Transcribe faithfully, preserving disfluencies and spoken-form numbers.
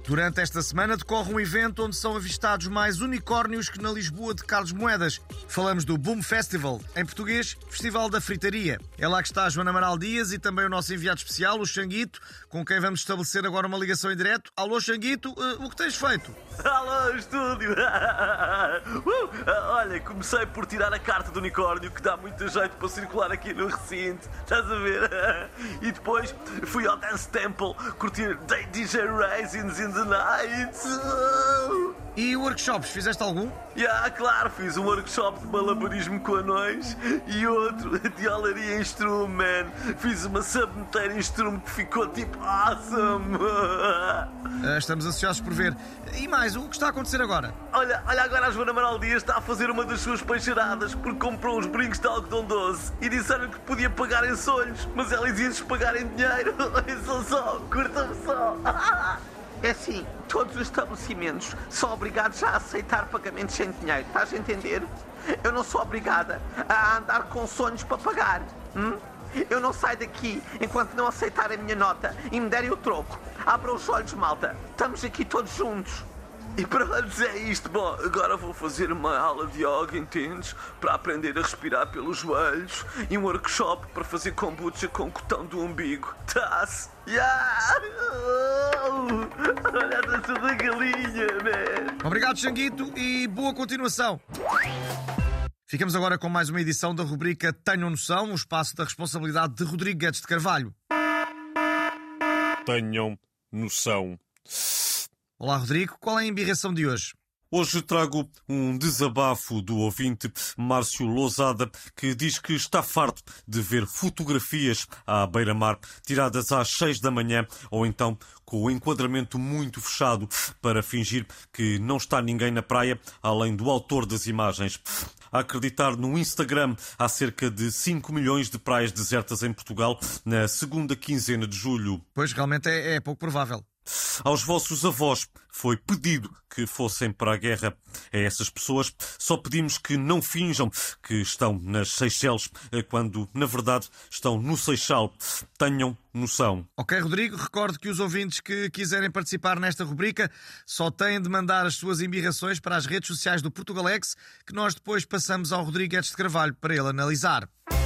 Durante esta semana decorre um evento onde são avistados mais unicórnios que na Lisboa de Carlos Moedas. Falamos do Boom Festival, em português, Festival da Fritaria. É lá que está a Joana Amaral Dias e também o nosso enviado especial, o Xanguito, com quem vamos estabelecer agora uma ligação em direto. Alô, Xanguito, uh, o que tens feito? Alô, estúdio! uh, olha, comecei por tirar a carta do unicórnio, que dá muito jeito para circular aqui no recinto, estás a ver? E depois fui ao Dance Temple curtir D J Raisins in the Night. E workshops, fizeste algum? Yeah, claro, fiz um workshop de malabarismo com anões e outro de olaria em Strum, man. Fiz uma submeter em Strum que ficou tipo awesome. Uh, estamos ansiosos por ver. E mais, o que está a acontecer agora? Olha, olha agora a Joana Amaral Dias está a fazer uma das suas peixeiradas porque comprou uns brincos de algodão doce e disseram que podia pagar em sonhos, mas ela dizia-lhes pagar em dinheiro. Isso só, curta-me só. É assim, todos os estabelecimentos são obrigados a aceitar pagamentos sem dinheiro, estás a entender? Eu não sou obrigada a andar com sonhos para pagar. Hum? Eu não saio daqui enquanto não aceitar a minha nota e me derem o troco. Abra os olhos, malta. Estamos aqui todos juntos. E para dizer isto, bom, agora vou fazer uma aula de yoga, entendes? Para aprender a respirar pelos joelhos e um workshop para fazer kombucha com cotão do umbigo. Tá-se? Yeah! Olha a dança da galinha, man! Obrigado, Xanguito, e boa continuação. Ficamos agora com mais uma edição da rubrica Tenham Noção, o espaço da responsabilidade de Rodrigo Guedes de Carvalho. Tenham noção. Olá, Rodrigo. Qual é a embirração de hoje? Hoje trago um desabafo do ouvinte Márcio Lousada, que diz que está farto de ver fotografias à beira-mar tiradas às seis da manhã ou então com o enquadramento muito fechado para fingir que não está ninguém na praia, além do autor das imagens. A acreditar no Instagram, há cerca de cinco milhões de praias desertas em Portugal na segunda quinzena de julho. Pois, realmente é, é pouco provável. Aos vossos avós foi pedido que fossem para a guerra. A essas pessoas só pedimos que não finjam que estão nas Seychelles, quando, na verdade, estão no Seixal. Tenham noção. Ok, Rodrigo, recordo que os ouvintes que quiserem participar nesta rubrica só têm de mandar as suas embirrações para as redes sociais do Portugalex, que nós depois passamos ao Rodrigo Guedes de Carvalho para ele analisar.